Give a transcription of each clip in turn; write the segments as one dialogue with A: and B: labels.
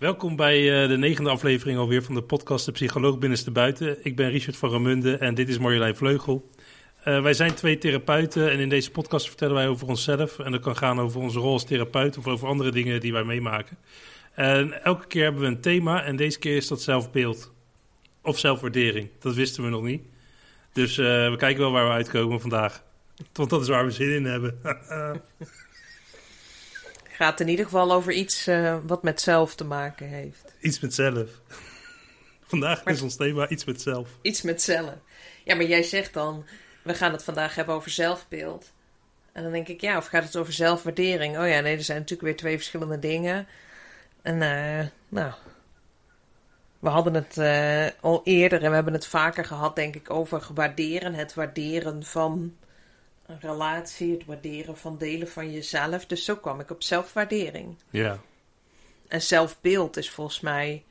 A: Welkom bij de 9e aflevering alweer van de podcast De Psycholoog Binnenstebuiten. Ik ben Richard van Ramunde en dit is Marjolein Vleugel. Wij zijn 2 therapeuten en in deze podcast vertellen wij over onszelf. En dat kan gaan over onze rol als therapeut of over andere dingen die wij meemaken. En elke keer hebben we een thema en deze keer is dat zelfbeeld of zelfwaardering. Dat wisten we nog niet. Dus we kijken wel waar we uitkomen vandaag. Want dat is waar we zin in hebben.
B: Gaat in ieder geval over iets wat met zelf te maken heeft.
A: Iets met zelf. Vandaag is ons thema iets met zelf.
B: Iets met zelf. Ja, maar jij zegt dan, we gaan het vandaag hebben over zelfbeeld. En dan denk ik, ja, of gaat het over zelfwaardering? Oh ja, nee, er zijn natuurlijk weer 2 verschillende dingen. En we hadden het al eerder en we hebben het vaker gehad, denk ik, over waarderen. Het waarderen van een relatie, het waarderen van delen van jezelf. Dus zo kwam ik op zelfwaardering.
A: Ja.
B: En zelfbeeld is volgens mij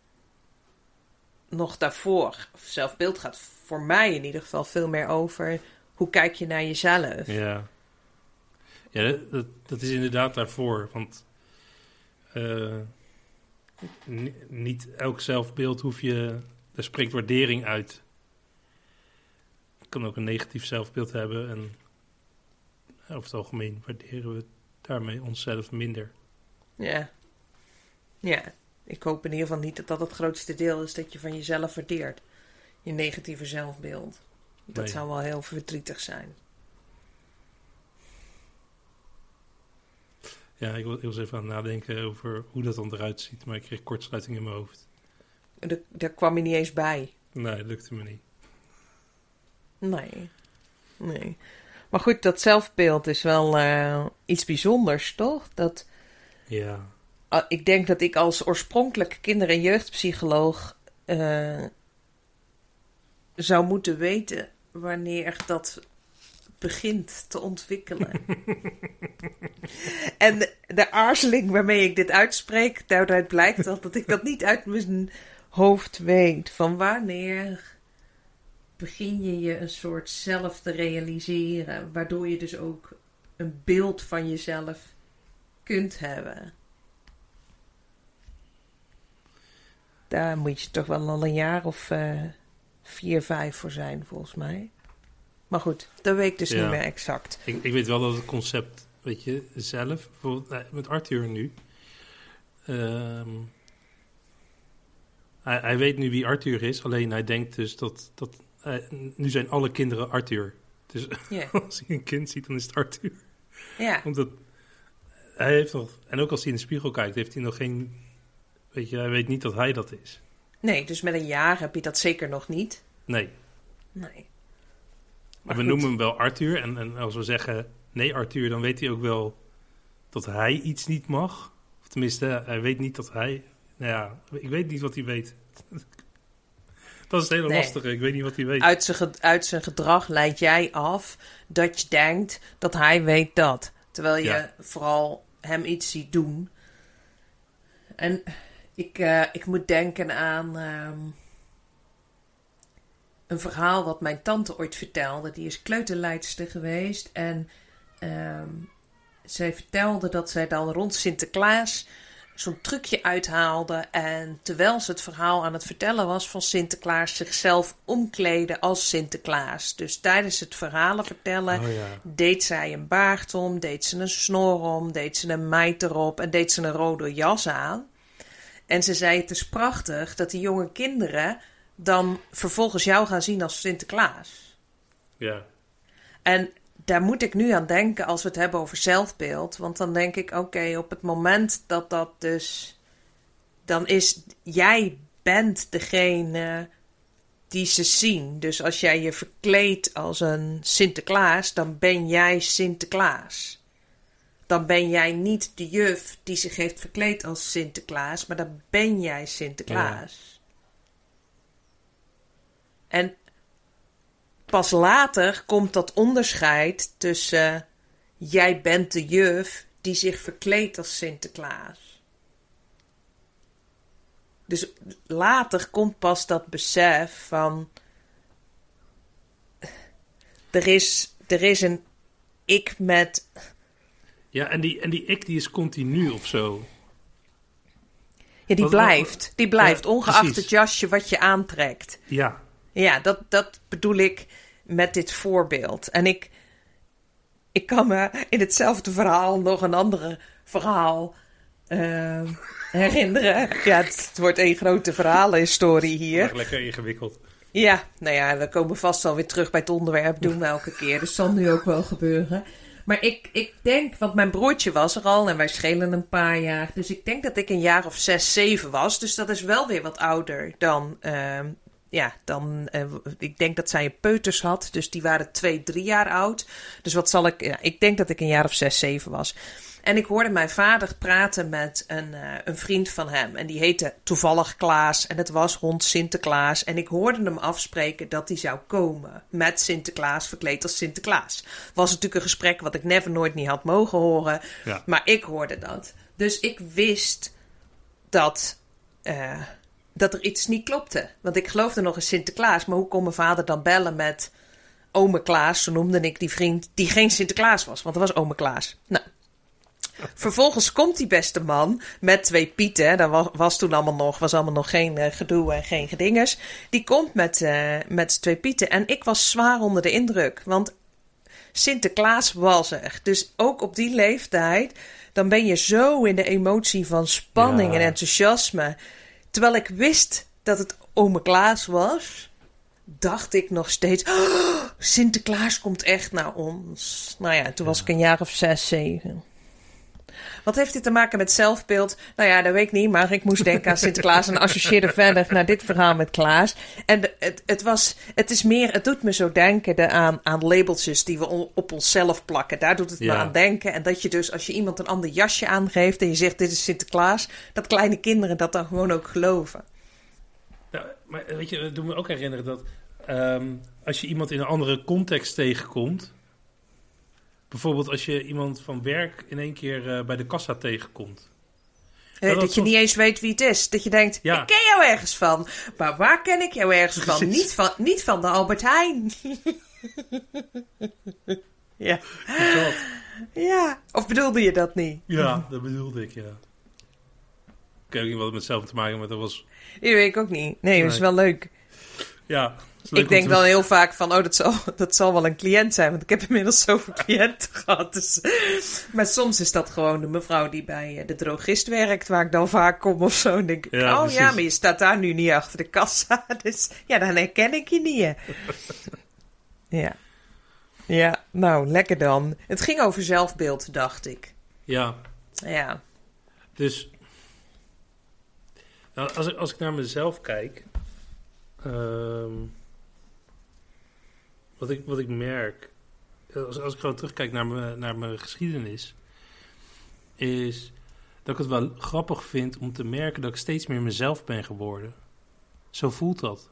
B: nog daarvoor. Zelfbeeld gaat voor mij in ieder geval veel meer over hoe kijk je naar jezelf.
A: Ja, ja dat is inderdaad daarvoor. Want niet elk zelfbeeld hoef je... Daar spreekt waardering uit. Je kan ook een negatief zelfbeeld hebben en over het algemeen waarderen we daarmee onszelf minder.
B: Ja. Ja, ik hoop in ieder geval niet dat dat het grootste deel is dat je van jezelf waardeert. Je negatieve zelfbeeld. Dat zou wel heel verdrietig zijn.
A: Ja, ik was even aan het nadenken over hoe dat dan eruit ziet, maar ik kreeg kortsluiting in mijn hoofd.
B: Daar kwam je niet eens bij.
A: Nee, dat lukte me niet.
B: Nee. Maar goed, dat zelfbeeld is wel iets bijzonders, toch?
A: Ja.
B: Ik denk dat ik als oorspronkelijke kinder- en jeugdpsycholoog zou moeten weten wanneer dat begint te ontwikkelen. En de aarzeling waarmee ik dit uitspreek, daaruit blijkt dat ik dat niet uit mijn hoofd weet. Van wanneer begin je een soort zelf te realiseren, waardoor je dus ook een beeld van jezelf kunt hebben. Daar moet je toch wel al een jaar of 4, 5 voor zijn, volgens mij. Maar goed, dat weet ik dus niet meer exact.
A: Ik weet wel dat het concept, weet je, zelf, bijvoorbeeld met Arthur nu. Hij weet nu wie Arthur is, alleen hij denkt dus dat nu zijn alle kinderen Arthur. Dus als hij een kind ziet, dan is het Arthur.
B: Ja.
A: Omdat hij heeft nog, en ook als hij in de spiegel kijkt, heeft hij nog geen, weet je, hij weet niet dat hij dat is.
B: Nee, dus met een jaar heb je dat zeker nog niet.
A: Nee.
B: Maar
A: we noemen hem wel Arthur. En als we zeggen nee Arthur, dan weet hij ook wel dat hij iets niet mag. Of tenminste, hij weet niet dat hij... Nou ja, ik weet niet wat hij weet. Dat is het hele lastige. Ik weet niet wat hij weet.
B: Uit zijn gedrag leid jij af dat je denkt dat hij weet dat. Terwijl je vooral hem iets ziet doen. En ik moet denken aan een verhaal wat mijn tante ooit vertelde. Die is kleuterleidster geweest. En zij vertelde dat zij dan rond Sinterklaas zo'n trucje uithaalde. En terwijl ze het verhaal aan het vertellen was van Sinterklaas, zichzelf omkleden als Sinterklaas. Dus tijdens het verhalen vertellen deed zij een baard om, deed ze een snor om, deed ze een meid erop en deed ze een rode jas aan. En ze zei, het is prachtig dat die jonge kinderen dan vervolgens jou gaan zien als Sinterklaas.
A: Ja.
B: En daar moet ik nu aan denken als we het hebben over zelfbeeld. Want dan denk ik, oké, op het moment dat dus... Dan is... Jij bent degene die ze zien. Dus als jij je verkleedt als een Sinterklaas, dan ben jij Sinterklaas. Dan ben jij niet de juf die zich heeft verkleed als Sinterklaas, maar dan ben jij Sinterklaas. Ja. En pas later komt dat onderscheid tussen jij bent de juf die zich verkleedt als Sinterklaas. Dus later komt pas dat besef van er is een ik met...
A: Ja, en die ik die is continu of zo.
B: Ja, die blijft, ongeacht
A: precies.
B: het jasje wat je aantrekt.
A: Ja.
B: Ja, dat bedoel ik met dit voorbeeld. En ik kan me in hetzelfde verhaal nog een andere verhaal herinneren. Ja, het wordt een grote verhalenhistorie hier.
A: Lekker ingewikkeld.
B: Ja, nou ja, we komen vast wel weer terug bij het onderwerp. Doen we elke keer. Dus zal nu ook wel gebeuren. Maar ik denk, want mijn broertje was er al en wij schelen een paar jaar. Dus ik denk dat ik een jaar of 6, 7 was. Dus dat is wel weer wat ouder dan... ik denk dat zij een peuters had. Dus die waren 2, 3 jaar oud. Dus wat zal ik... Ja, ik denk dat ik een jaar of 6, 7 was. En ik hoorde mijn vader praten met een vriend van hem. En die heette toevallig Klaas. En het was rond Sinterklaas. En ik hoorde hem afspreken dat hij zou komen. Met Sinterklaas, verkleed als Sinterklaas. Was natuurlijk een gesprek wat ik nooit niet had mogen horen.
A: Ja.
B: Maar ik hoorde dat. Dus ik wist dat er iets niet klopte. Want ik geloofde nog in Sinterklaas. Maar hoe kon mijn vader dan bellen met ome Klaas? Zo noemde ik die vriend die geen Sinterklaas was. Want dat was ome Klaas. Nou. Vervolgens komt die beste man met 2 pieten. Dat was toen allemaal nog geen gedoe en geen gedinges. Die komt met 2 pieten. En ik was zwaar onder de indruk. Want Sinterklaas was er. Dus ook op die leeftijd, dan ben je zo in de emotie van spanning en enthousiasme. Terwijl ik wist dat het ome Klaas was, dacht ik nog steeds, oh, Sinterklaas komt echt naar ons. Nou ja, toen was ik een jaar of 6, 7. Wat heeft dit te maken met zelfbeeld? Nou ja, dat weet ik niet, maar ik moest denken aan Sinterklaas en associeerde verder naar dit verhaal met Klaas. En het doet me zo denken aan labeltjes die we op onszelf plakken. Daar doet het me aan denken. En dat je dus, als je iemand een ander jasje aangeeft en je zegt dit is Sinterklaas, dat kleine kinderen dat dan gewoon ook geloven.
A: Ja, maar weet je, dat doet me ook herinneren dat als je iemand in een andere context tegenkomt, bijvoorbeeld als je iemand van werk in één keer bij de kassa tegenkomt.
B: Dat je niet eens weet wie het is. Dat je denkt, ik ken jou ergens van. Maar waar ken ik jou ergens van? Niet van de Albert Heijn. Ja. Ja. Of bedoelde je dat niet?
A: Ja, dat bedoelde ik, ja. Ik weet ook niet wat het met zelf te maken, maar dat was...
B: Nee, weet ik ook niet. Nee, dat is wel leuk.
A: Ja.
B: Ik denk wel heel vaak van, dat zal wel een cliënt zijn. Want ik heb inmiddels zoveel cliënten gehad. Dus. Maar soms is dat gewoon de mevrouw die bij de drogist werkt, waar ik dan vaak kom of zo. En denk ik, maar je staat daar nu niet achter de kassa. Dus ja, dan herken ik je niet. Ja. Ja, nou, lekker dan. Het ging over zelfbeeld, dacht ik.
A: Ja.
B: Ja.
A: Dus, nou, als ik naar mezelf kijk, wat ik merk, als ik gewoon terugkijk naar mijn geschiedenis, is dat ik het wel grappig vind om te merken dat ik steeds meer mezelf ben geworden. Zo voelt dat.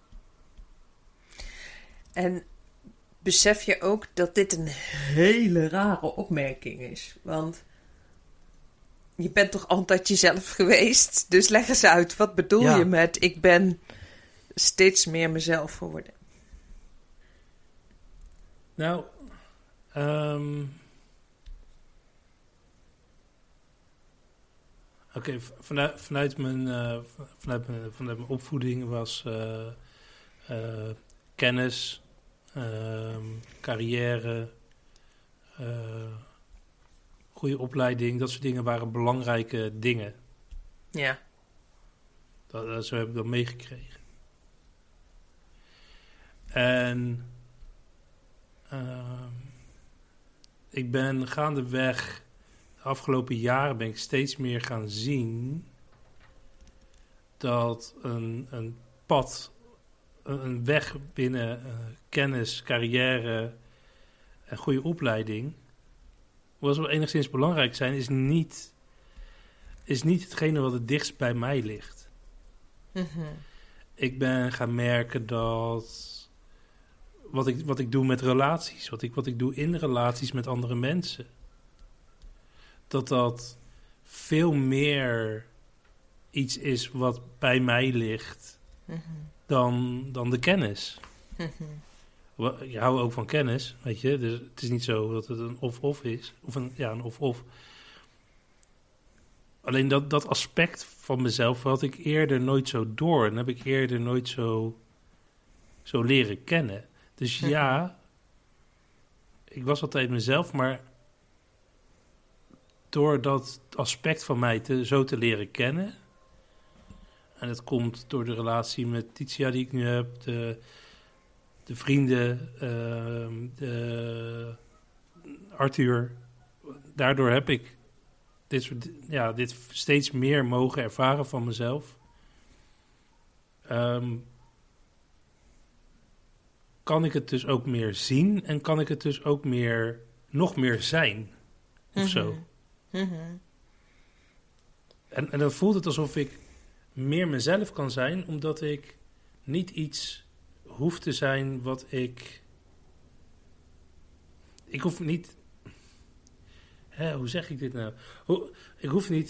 A: En
B: besef je ook dat dit een hele rare opmerking is? Want je bent toch altijd jezelf geweest? Dus leg eens uit, wat bedoel je met ik ben steeds meer mezelf geworden?
A: Nou, oké, vanuit mijn opvoeding was kennis, carrière, goede opleiding, dat soort dingen waren belangrijke dingen.
B: Ja.
A: Zo heb ik dat meegekregen. En ik ben gaandeweg, de afgelopen jaren ben ik steeds meer gaan zien dat een pad, een weg binnen kennis, carrière en goede opleiding, hoewel ze wel enigszins belangrijk zijn, is niet hetgene wat het dichtst bij mij ligt. Mm-hmm. Ik ben gaan merken dat wat ik doe met relaties, wat ik doe in relaties met andere mensen, dat veel meer iets is wat bij mij ligt, mm-hmm, dan de kennis. Mm-hmm. Je houdt ook van kennis, weet je. Dus het is niet zo dat het een of-of is. Of een of-of. Alleen dat aspect van mezelf had ik eerder nooit zo door. En heb ik eerder nooit zo leren kennen. Dus ja, ik was altijd mezelf, maar door dat aspect van mij zo te leren kennen... en dat komt door de relatie met Titia die ik nu heb... de vrienden, de Arthur... daardoor heb ik dit steeds meer mogen ervaren van mezelf. Kan ik het dus ook meer zien en kan ik het dus ook nog meer zijn of zo.
B: Mm-hmm.
A: En dan voelt het alsof ik meer mezelf kan zijn, omdat ik niet iets hoef te zijn wat ik hoef niet... hoe zeg ik dit nou? Ik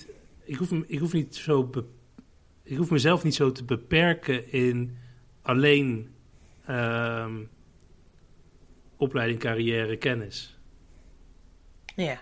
A: hoef mezelf niet zo te beperken in alleen opleiding, carrière, kennis.
B: Ja,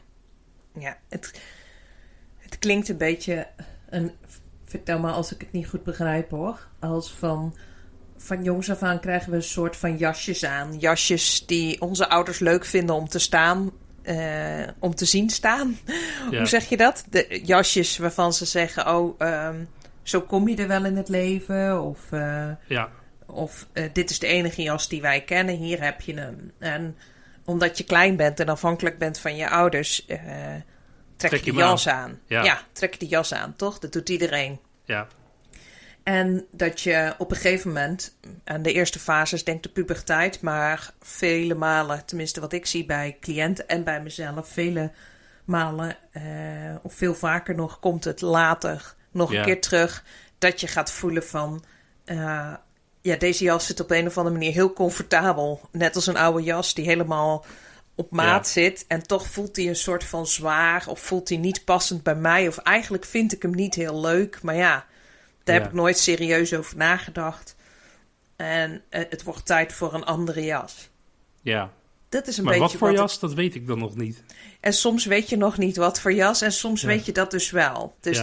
B: het klinkt een beetje, vertel maar als ik het niet goed begrijp hoor, als van jongs af aan krijgen we een soort van jasjes aan. Jasjes die onze ouders leuk vinden om te staan, om te zien staan. Ja. Hoe zeg je dat? De jasjes waarvan ze zeggen, zo kom je er wel in het leven. Of dit is de enige jas die wij kennen, hier heb je hem. En omdat je klein bent en afhankelijk bent van je ouders, trek je de jas aan. Ja, trek je de jas aan, toch? Dat doet iedereen.
A: Ja.
B: En dat je op een gegeven moment, aan de eerste fase is denk ik de puberteit, maar vele malen, tenminste wat ik zie bij cliënten en bij mezelf, vele malen of veel vaker nog, komt het later nog een keer terug, dat je gaat voelen van, deze jas zit op een of andere manier heel comfortabel. Net als een oude jas die helemaal op maat zit. En toch voelt hij een soort van zwaar. Of voelt hij niet passend bij mij. Of eigenlijk vind ik hem niet heel leuk. Maar ja, daar heb ik nooit serieus over nagedacht. En het wordt tijd voor een andere jas.
A: Ja.
B: Dat is een
A: maar
B: beetje
A: wat voor jas, dat weet ik dan nog niet.
B: En soms weet je nog niet wat voor jas. En soms weet je dat dus wel. Dus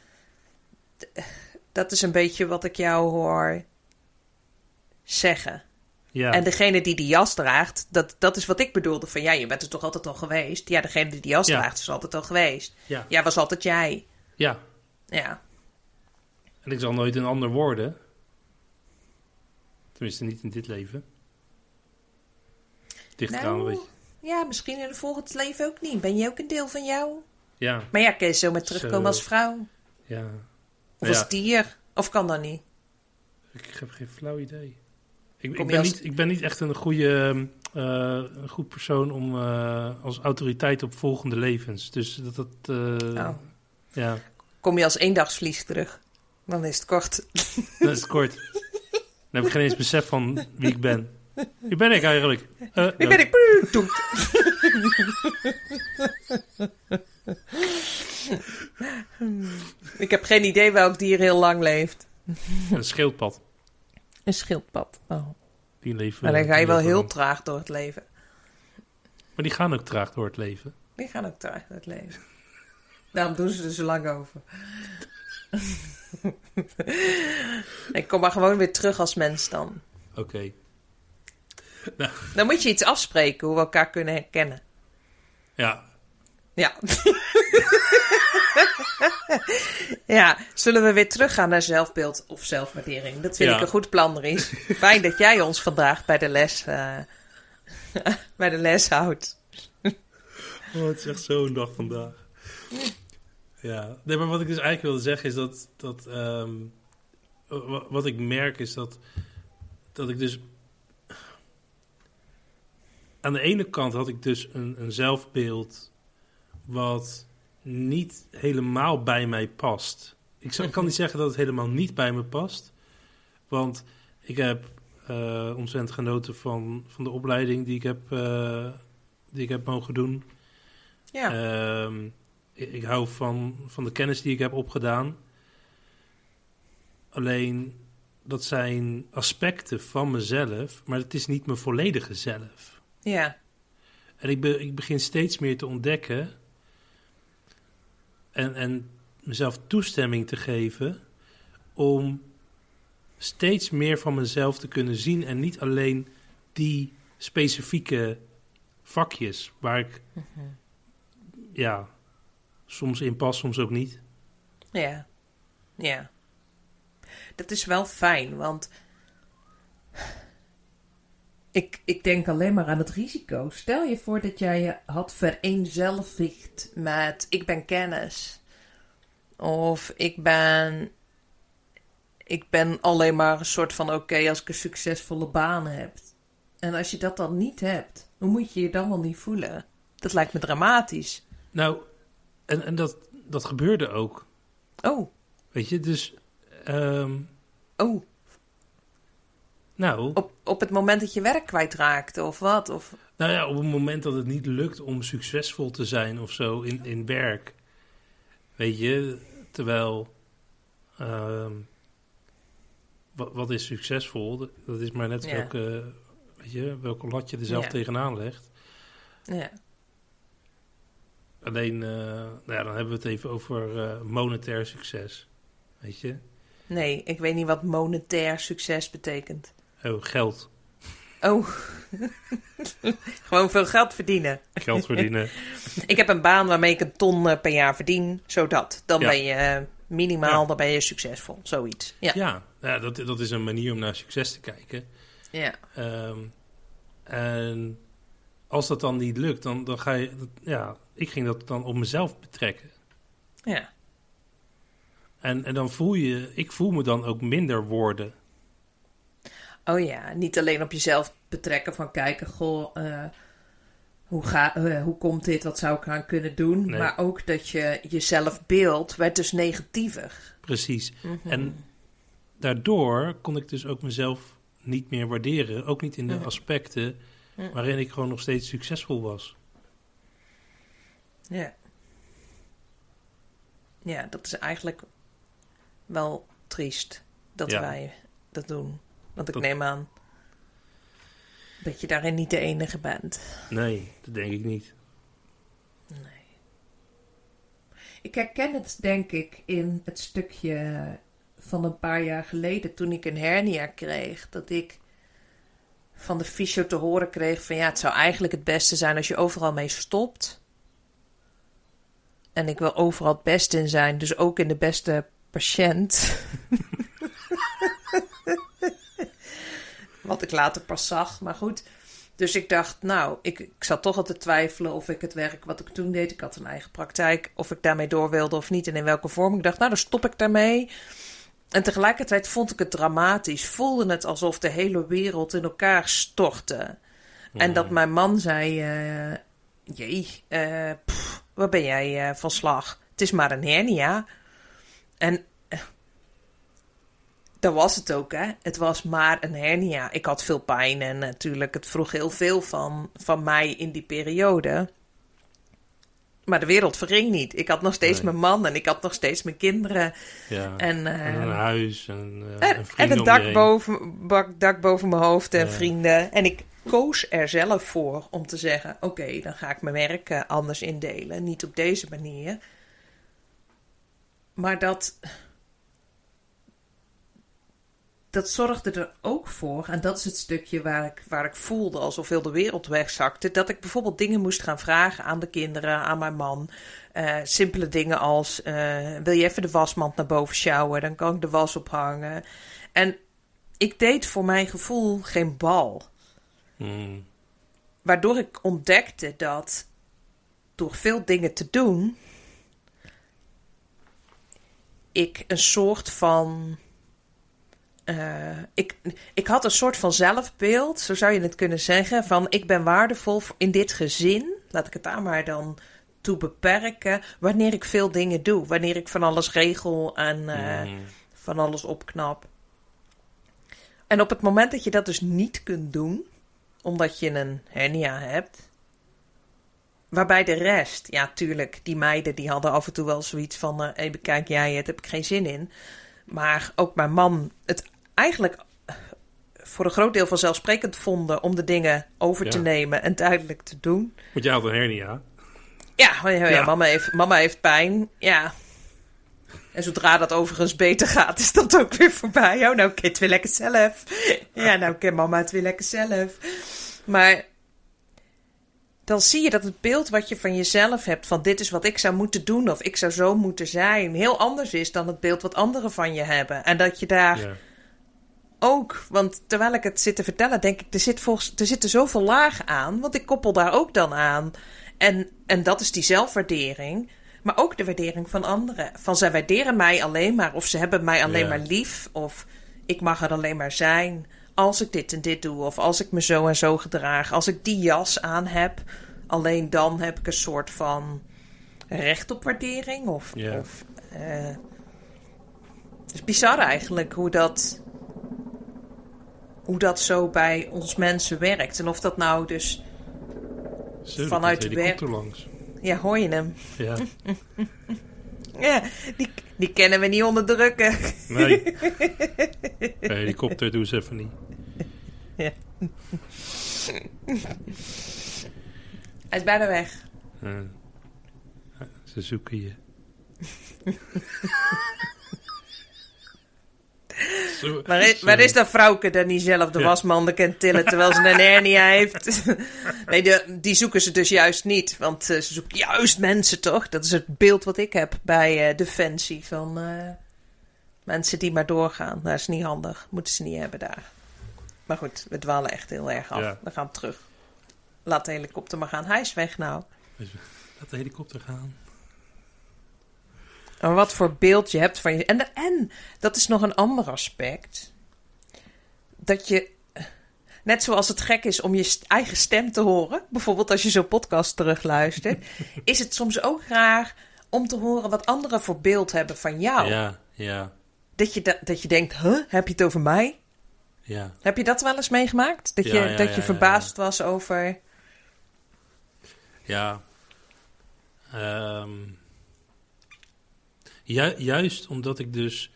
B: dat is een beetje wat ik jou hoor zeggen. Ja. En degene die die jas draagt, dat is wat ik bedoelde. Van je bent er toch altijd al geweest? Ja, degene die die jas draagt is altijd al geweest. Ja. Jij was altijd jij.
A: Ja.
B: Ja.
A: En ik zal nooit een ander worden. Tenminste, niet in dit leven. Dichtgaan, weet je.
B: Ja, misschien in het volgende leven ook niet. Ben je ook een deel van jou?
A: Ja.
B: Maar ja, kun je zomaar terugkomen als vrouw?
A: Ja.
B: Of als dier? Of kan dat niet?
A: Ik heb geen flauw idee. Ik ben niet echt een goed persoon om als autoriteit op volgende levens. Dus ja.
B: Kom je als eendagsvlieg terug? Dan is het kort.
A: Dan is het kort. Dan heb ik geen eens besef van wie ik ben. Wie ben ik eigenlijk?
B: Wie ben ik? Ik heb geen idee welk dier heel lang leeft.
A: Een schildpad.
B: Een schildpad. Oh.
A: Die leven.
B: Maar dan ga je wel heel traag door het leven.
A: Maar die gaan ook traag door het leven.
B: Die gaan ook traag door het leven. Daarom doen ze er zo lang over. Ik kom maar gewoon weer terug als mens dan.
A: Oké.
B: Nou. Dan moet je iets afspreken hoe we elkaar kunnen herkennen.
A: Ja.
B: Ja. Ja, zullen we weer teruggaan naar zelfbeeld of zelfwaardering? Dat vind ik een goed plan, Ries. Fijn dat jij ons vandaag bij de les houdt.
A: Oh, het is echt zo'n dag vandaag. Ja, nee, maar wat ik dus eigenlijk wilde zeggen is dat wat ik merk is dat ik dus aan de ene kant had ik dus een zelfbeeld wat niet helemaal bij mij past. Ik kan niet zeggen dat het helemaal niet bij me past, want ik heb ontzettend genoten van de opleiding die ik heb mogen doen. Ja. Ik hou van de kennis die ik heb opgedaan. Alleen, dat zijn aspecten van mezelf, maar het is niet mijn volledige zelf.
B: Ja.
A: En ik begin steeds meer te ontdekken. En mezelf toestemming te geven om steeds meer van mezelf te kunnen zien en niet alleen die specifieke vakjes waar ik soms in pas, soms ook niet.
B: Ja, ja. Dat is wel fijn, want ik denk alleen maar aan het risico. Stel je voor dat jij je had vereenzelvigd met ik ben kennis. Of ik ben alleen maar een soort van oké, als ik een succesvolle baan heb. En als je dat dan niet hebt, hoe moet je je dan wel niet voelen? Dat lijkt me dramatisch.
A: Nou, en dat gebeurde ook.
B: Oh.
A: Weet je, dus...
B: Oh.
A: Nou...
B: Op het moment dat je werk kwijtraakt, of wat? Of...
A: Nou ja, op het moment dat het niet lukt om succesvol te zijn of zo in werk. Weet je, terwijl... wat is succesvol? Dat is maar net welke lat je er zelf tegenaan legt.
B: Ja.
A: Alleen, dan hebben we het even over monetair succes. Weet je?
B: Nee, ik weet niet wat monetair succes betekent.
A: Oh, geld.
B: Oh, gewoon veel geld verdienen.
A: Geld verdienen.
B: Ik heb een baan waarmee ik 1 ton per jaar verdien, zodat. Dan ben je minimaal, dan ben je succesvol, zoiets. Ja,
A: dat is een manier om naar succes te kijken.
B: Ja.
A: En als dat dan niet lukt, dan ga je... ik ging dat dan op mezelf betrekken.
B: Ja.
A: En dan ik voel me dan ook minder worden.
B: Oh ja, niet alleen op jezelf betrekken van kijken, hoe komt dit, wat zou ik aan kunnen doen? Nee. Maar ook dat je jezelf beeld werd dus negatiever.
A: Precies. Mm-hmm. En daardoor kon ik dus ook mezelf niet meer waarderen. Ook niet in de aspecten waarin ik gewoon nog steeds succesvol was.
B: Ja. Ja, dat is eigenlijk wel triest dat wij dat doen. Want ik neem aan dat je daarin niet de enige bent.
A: Nee, dat denk ik niet.
B: Nee. Ik herken het, denk ik, in het stukje van een paar jaar geleden toen ik een hernia kreeg. Dat ik van de fysio te horen kreeg van het zou eigenlijk het beste zijn als je overal mee stopt. En ik wil overal het beste in zijn, dus ook in de beste patiënt. Wat ik later pas zag, maar goed. Dus ik dacht, ik zat toch al te twijfelen of ik het werk wat ik toen deed, ik had een eigen praktijk, of ik daarmee door wilde of niet en in welke vorm. Ik dacht, dan stop ik daarmee. En tegelijkertijd vond ik het dramatisch. Voelde het alsof de hele wereld in elkaar stortte. En dat mijn man zei, waar ben jij van slag? Het is maar een hernia. En dat was het ook, hè. Het was maar een hernia. Ik had veel pijn en natuurlijk, het vroeg heel veel van mij in die periode. Maar de wereld verging niet. Ik had nog steeds mijn man en ik had nog steeds mijn kinderen. Ja,
A: en een huis en
B: een dak boven mijn hoofd en vrienden. En ik koos er zelf voor om te zeggen, oké, dan ga ik mijn werk anders indelen. Niet op deze manier. Maar dat zorgde er ook voor, en dat is het stukje waar ik voelde alsof heel de wereld wegzakte, dat ik bijvoorbeeld dingen moest gaan vragen aan de kinderen, aan mijn man. Simpele dingen als, wil je even de wasmand naar boven sjouwen? Dan kan ik de was ophangen. En ik deed voor mijn gevoel geen bal. Waardoor ik ontdekte dat door veel dingen te doen, ik een soort van... Ik had een soort van zelfbeeld, zo zou je het kunnen zeggen, van ik ben waardevol in dit gezin. Laat ik het daar maar dan toe beperken. Wanneer ik veel dingen doe. Wanneer ik van alles regel en van alles opknap. En op het moment dat je dat dus niet kunt doen, omdat je een hernia hebt, waarbij de rest, ja tuurlijk, die meiden die hadden af en toe wel zoiets van, bekijk jij het, heb ik geen zin in. Maar ook mijn man het eigenlijk voor een groot deel vanzelfsprekend vonden om de dingen over te nemen en duidelijk te doen.
A: Want jij had een hernia.
B: Ja. Mama heeft pijn. Ja. En zodra dat overigens beter gaat, is dat ook weer voorbij. Oh, nou kind het weer lekker zelf. Ja, nou kind mama het weer lekker zelf. Maar dan zie je dat het beeld wat je van jezelf hebt, van dit is wat ik zou moeten doen of ik zou zo moeten zijn, heel anders is dan het beeld wat anderen van je hebben. En dat je daar ook, want terwijl ik het zit te vertellen, denk ik, er zitten zoveel lagen aan, want ik koppel daar ook dan aan. En dat is die zelfwaardering, maar ook de waardering van anderen. Van zij waarderen mij alleen maar, of ze hebben mij alleen maar lief, of ik mag er alleen maar zijn als ik dit en dit doe, of als ik me zo en zo gedraag, als ik die jas aan heb, alleen dan heb ik een soort van recht op waardering. Het is bizar eigenlijk hoe dat zo bij ons mensen werkt. En of dat nou dus vanuit het werk...
A: langs.
B: Ja, hoor je hem?
A: Ja.
B: Ja, die kennen we niet onderdrukken.
A: Nee. De helikopter doen ze even niet.
B: Ja. Hij is bijna weg.
A: Ze zoeken je.
B: Waar is dat vrouwke dat niet zelf de wasmanden kan tillen terwijl ze een hernia heeft? Nee, die zoeken ze dus juist niet. Want ze zoeken juist mensen, toch? Dat is het beeld wat ik heb bij Defensie. Van mensen die maar doorgaan. Dat is niet handig. Moeten ze niet hebben daar. Maar goed, we dwalen echt heel erg af. Ja. We gaan terug. Laat de helikopter maar gaan. Hij is weg nou.
A: Laat de helikopter gaan.
B: En wat voor beeld je hebt van je... En dat is nog een ander aspect. Dat je... Net zoals het gek is om je eigen stem te horen. Bijvoorbeeld als je zo'n podcast terugluistert. Is het soms ook raar om te horen wat anderen voor beeld hebben van jou.
A: Ja.
B: Dat je denkt, heb je het over mij?
A: Ja.
B: Heb je dat wel eens meegemaakt? Dat je verbaasd was over...
A: Ja. Juist omdat ik dus...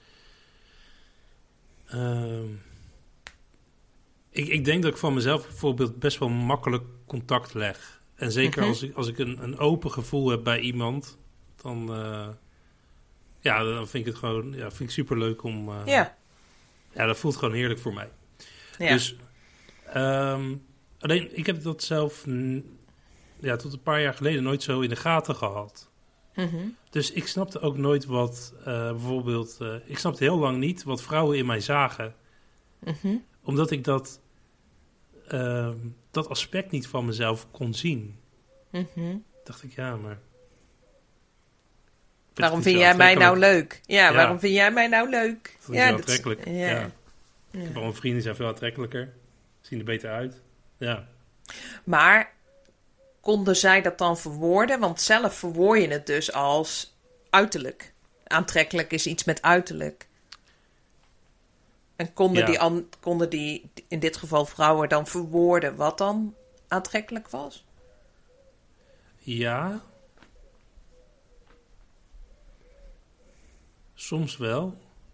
A: Ik denk dat ik van mezelf bijvoorbeeld best wel makkelijk contact leg. En zeker als ik een open gevoel heb bij iemand... dan vind ik het gewoon vind ik superleuk om... Ja, dat voelt gewoon heerlijk voor mij. Ja. Dus alleen, ik heb dat zelf tot een paar jaar geleden nooit zo in de gaten gehad. Mm-hmm. Dus ik snapte ook nooit wat bijvoorbeeld... ik snapte heel lang niet wat vrouwen in mij zagen. Mm-hmm. Omdat ik dat aspect niet van mezelf kon zien. Mm-hmm. Dacht ik, maar...
B: Waarom vind jij mij nou leuk? Ja, waarom vind jij mij nou leuk?
A: Dat is aantrekkelijk. Ja. Ik heb al mijn vrienden zijn veel aantrekkelijker. Zien er beter uit. Ja.
B: Maar konden zij dat dan verwoorden? Want zelf verwoord je het dus als uiterlijk. Aantrekkelijk is iets met uiterlijk. En konden die, in dit geval vrouwen, dan verwoorden wat dan aantrekkelijk was?
A: Ja. Soms wel.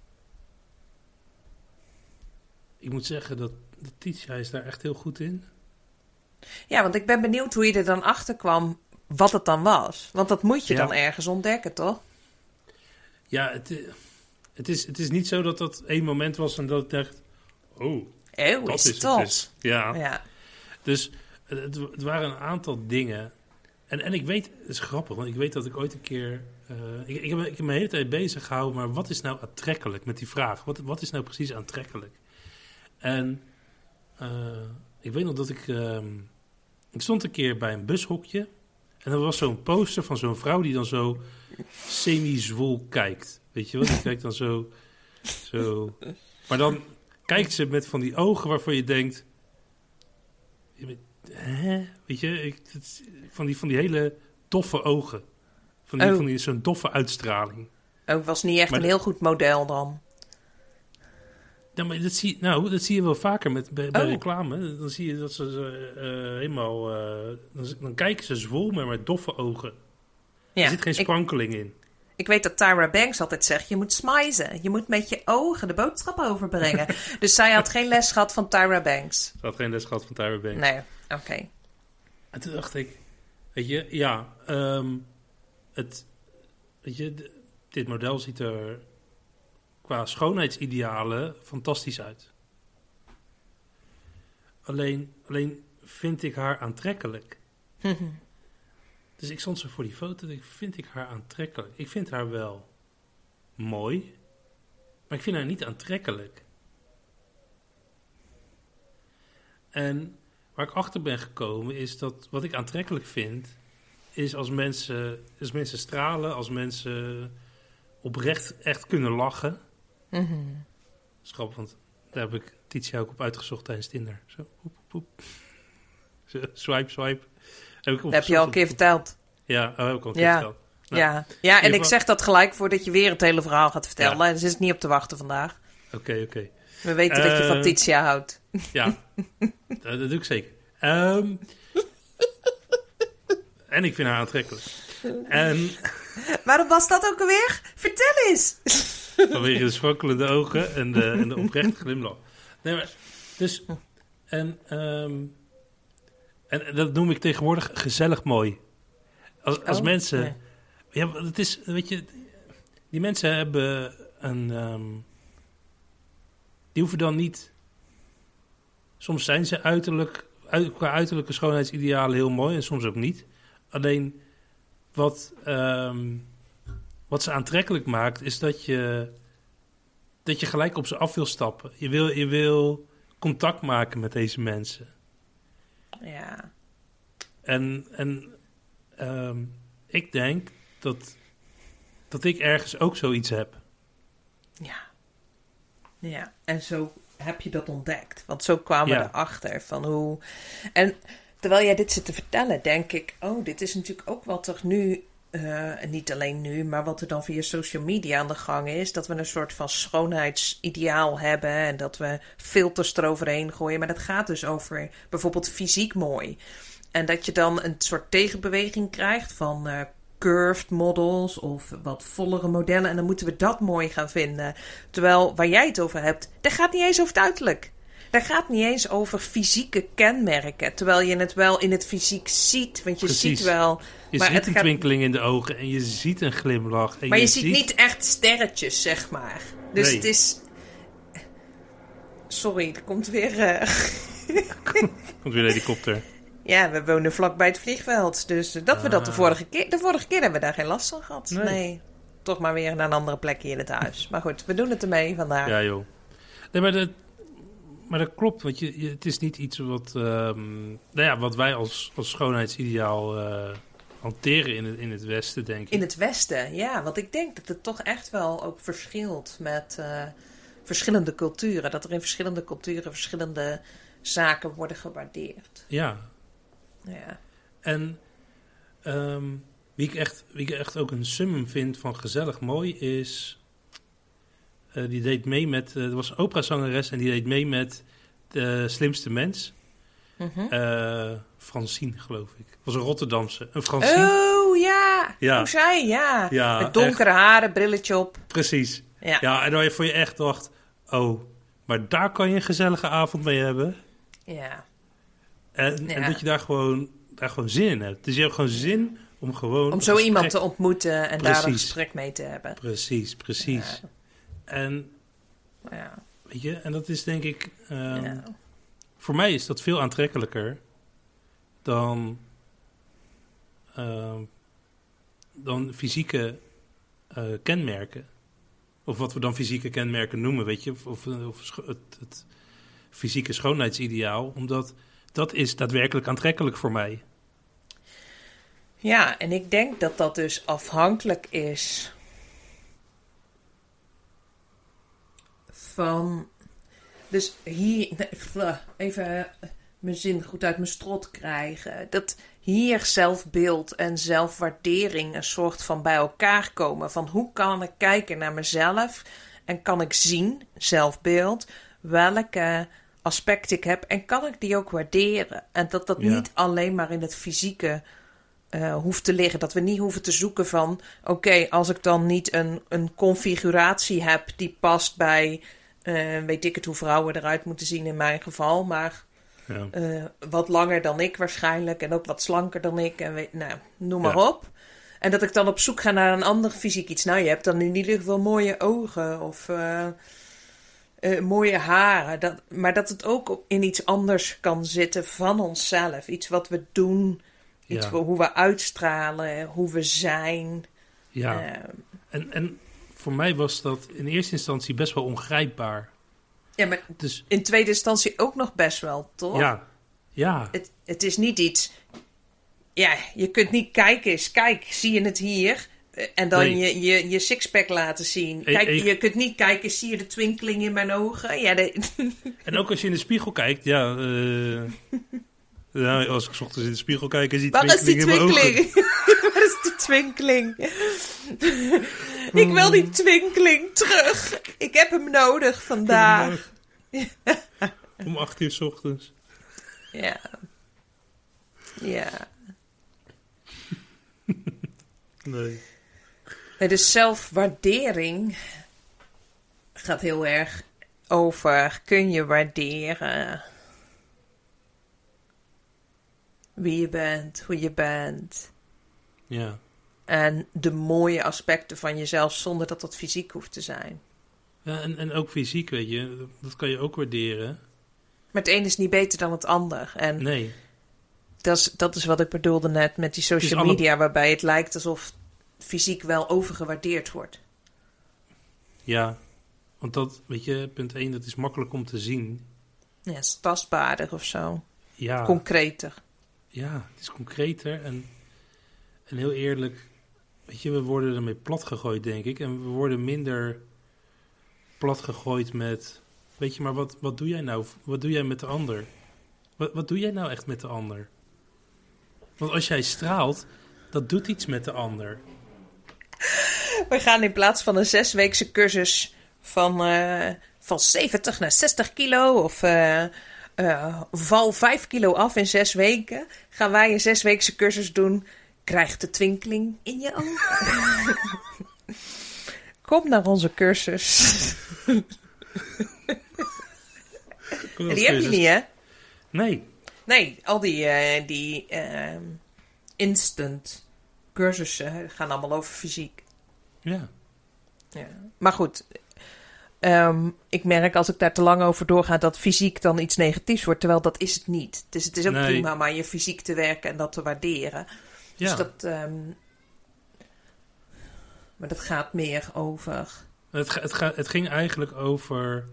A: Ik moet zeggen dat Titia is daar echt heel goed in.
B: Ja, want ik ben benieuwd hoe je er dan achter kwam wat het dan was. Want dat moet je dan ergens ontdekken, toch?
A: Ja, het is niet zo dat dat één moment was en dat ik dacht... dat is
B: dat?
A: Dus. Ja. Dus het waren een aantal dingen. En ik weet, het is grappig, want ik weet dat ik ooit een keer... Ik heb me de hele tijd bezig gehouden, maar wat is nou aantrekkelijk met die vraag? Wat is nou precies aantrekkelijk? En ik weet nog dat ik stond een keer bij een bushokje en er was zo'n poster van zo'n vrouw die dan zo semi-zwoel kijkt. Weet je wel? Die kijkt dan zo. Maar dan kijkt ze met van die ogen waarvan je denkt... Weet je, van die hele doffe ogen. Van die zo'n doffe uitstraling.
B: Was niet echt een heel goed model dan.
A: Ja, maar dat zie je wel vaker bij reclame. Dan zie je dat ze helemaal... dan kijken ze zwol, maar met doffe ogen. Ja, er zit geen sprankeling in.
B: Ik weet dat Tyra Banks altijd zegt... je moet smizen. Je moet met je ogen de boodschap overbrengen. Dus zij had geen les gehad van Tyra Banks.
A: Ze had geen les gehad van Tyra Banks.
B: Nee, oké.
A: En toen dacht ik... Weet je, dit model ziet er qua schoonheidsidealen fantastisch uit. Alleen vind ik haar aantrekkelijk. Dus ik stond zo voor die foto. Vind ik haar aantrekkelijk? Ik vind haar wel mooi. Maar ik vind haar niet aantrekkelijk. En waar ik achter ben gekomen is dat wat ik aantrekkelijk vind, is als mensen stralen, als mensen oprecht echt kunnen lachen. Dat is grappig, want daar heb ik Titia ook op uitgezocht tijdens Tinder. Zo, swipe.
B: Dat heb je al een keer verteld.
A: Ja, heb ik al een keer verteld. Nou,
B: ja, en ik zeg dat gelijk voordat je weer het hele verhaal gaat vertellen. Ja. Dus is het niet op te wachten vandaag.
A: Oké.
B: We weten dat je van Titia houdt.
A: Ja, dat doe ik zeker. En ik vind haar aantrekkelijk.
B: Waarom was dat ook alweer? Vertel eens!
A: Vanwege de sprankelende ogen en de oprechte glimlach. Nee, maar, dus, en dat noem ik tegenwoordig gezellig mooi. Als mensen... Nee. Ja, het is, weet je, die mensen hebben die hoeven dan niet... Soms zijn ze qua uiterlijke schoonheidsidealen heel mooi en soms ook niet. Alleen wat ze aantrekkelijk maakt, is dat je gelijk op ze af wil stappen. Je wil contact maken met deze mensen.
B: Ja.
A: En ik denk dat ik ergens ook zoiets heb.
B: Ja, en zo heb je dat ontdekt. Want zo kwamen we erachter van hoe... En terwijl jij dit zit te vertellen, denk ik... dit is natuurlijk ook wat er nu... niet alleen nu, maar wat er dan via social media aan de gang is. Dat we een soort van schoonheidsideaal hebben. En dat we filters eroverheen gooien. Maar dat gaat dus over bijvoorbeeld fysiek mooi. En dat je dan een soort tegenbeweging krijgt van... curved models of wat vollere modellen. En dan moeten we dat mooi gaan vinden. Terwijl waar jij het over hebt, dat gaat niet eens over het uiterlijk. Dat gaat niet eens over fysieke kenmerken. Terwijl je het wel in het fysiek ziet. Want je ziet wel...
A: Je ziet een twinkeling in de ogen en je ziet een glimlach. En
B: maar je ziet niet echt sterretjes, zeg maar. Dus het is... Sorry, er komt weer...
A: komt weer een helikopter.
B: Ja, we wonen vlakbij het vliegveld. Dus dat we dat de vorige keer hebben we daar geen last van gehad. Nee. Toch maar weer naar een andere plekje in het huis. Maar goed, we doen het ermee vandaag.
A: Ja, joh. Nee, maar dat klopt. Want het is niet iets wat wij als schoonheidsideaal hanteren in het Westen, denk ik.
B: In het Westen, ja. Want ik denk dat het toch echt wel ook verschilt met verschillende culturen. Dat er in verschillende culturen verschillende zaken worden gewaardeerd.
A: Ja. En wie ik echt ook een summum vind van gezellig mooi is... die deed mee met... er was een operazangeres en die deed mee met De Slimste Mens. Francine, geloof ik. Was een Rotterdamse. Een Francine.
B: Oh, ja. Hoe zij? Ja. Met donkere haren, brilletje op.
A: Precies. Ja, en dan voor je echt dacht... Oh, maar daar kan je een gezellige avond mee hebben.
B: Ja.
A: En dat je daar gewoon zin in hebt. Dus je hebt gewoon zin om gewoon...
B: Om zo iemand te ontmoeten en daar een gesprek mee te hebben.
A: Precies. Ja. En... Weet je, en dat is denk ik... Voor mij is dat veel aantrekkelijker dan fysieke kenmerken. Of wat we dan fysieke kenmerken noemen, weet je. Of het fysieke schoonheidsideaal. Omdat dat is daadwerkelijk aantrekkelijk voor mij.
B: Ja, en ik denk dat dat dus afhankelijk is van... Dus hier... Even mijn zin goed uit mijn strot krijgen. Dat hier zelfbeeld en zelfwaardering een soort van bij elkaar komen. Van hoe kan ik kijken naar mezelf en kan ik zien, zelfbeeld, welke aspecten ik heb en kan ik die ook waarderen. En dat niet alleen maar in het fysieke hoeft te liggen. Dat we niet hoeven te zoeken van... Oké, als ik dan niet een configuratie heb die past bij... weet ik het hoe vrouwen eruit moeten zien in mijn geval. Maar wat langer dan ik waarschijnlijk. En ook wat slanker dan ik. En noem maar op. En dat ik dan op zoek ga naar een ander fysiek iets. Nou, je hebt dan in ieder geval mooie ogen of mooie haren. Maar dat het ook in iets anders kan zitten van onszelf. Iets wat we doen, iets hoe we uitstralen, hoe we zijn.
A: Ja, en voor mij was dat in eerste instantie best wel ongrijpbaar.
B: Ja, maar dus, in tweede instantie ook nog best wel, toch?
A: Ja.
B: Het is niet iets... Ja, je kunt niet kijken eens. Kijk, zie je het hier? En dan je sixpack laten zien. Kijk, je kunt niet kijken, zie je de twinkeling in mijn ogen? Ja,
A: En ook als je in de spiegel kijkt, als ik 's ochtends in de spiegel kijk, is die
B: twinkeling
A: in mijn ogen.
B: Waar is die twinkeling? Ik wil die twinkeling terug. Ik heb hem nodig vandaag.
A: Om 8:00 's ochtends.
B: Ja.
A: Nee.
B: De zelfwaardering gaat heel erg over, kun je waarderen wie je bent, hoe je bent.
A: Ja.
B: En de mooie aspecten van jezelf zonder dat dat fysiek hoeft te zijn.
A: Ja, en ook fysiek, weet je, dat kan je ook waarderen.
B: Maar het een is niet beter dan het ander. En
A: nee.
B: Dat is wat ik bedoelde net met die social media, waarbij het lijkt alsof fysiek wel overgewaardeerd wordt.
A: Ja, want dat, weet je, punt 1, dat is makkelijk om te zien.
B: Ja, het is tastbaarder of zo.
A: Ja.
B: Concreter.
A: Ja, het is concreter en heel eerlijk, weet je, we worden ermee platgegooid, denk ik. En we worden minder platgegooid met, weet je, maar wat doe jij nou? Wat doe jij met de ander? Wat doe jij nou echt met de ander? Want als jij straalt, dat doet iets met de ander.
B: We gaan in plaats van een 6-weekse cursus van 70 naar 60 kilo of val 5 kilo af in 6 weken, gaan wij een 6-weekse cursus doen. Krijg de twinkeling in je ogen. Kom naar onze cursus. Die heb je niet, hè? Nee, al die instant cursussen gaan allemaal over fysiek.
A: Ja.
B: Maar goed, ik merk als ik daar te lang over doorga dat fysiek dan iets negatiefs wordt, terwijl dat is het niet. Dus het is ook prima om aan je fysiek te werken en dat te waarderen.
A: Ja.
B: Dus dat... maar dat gaat meer over...
A: Het ging eigenlijk over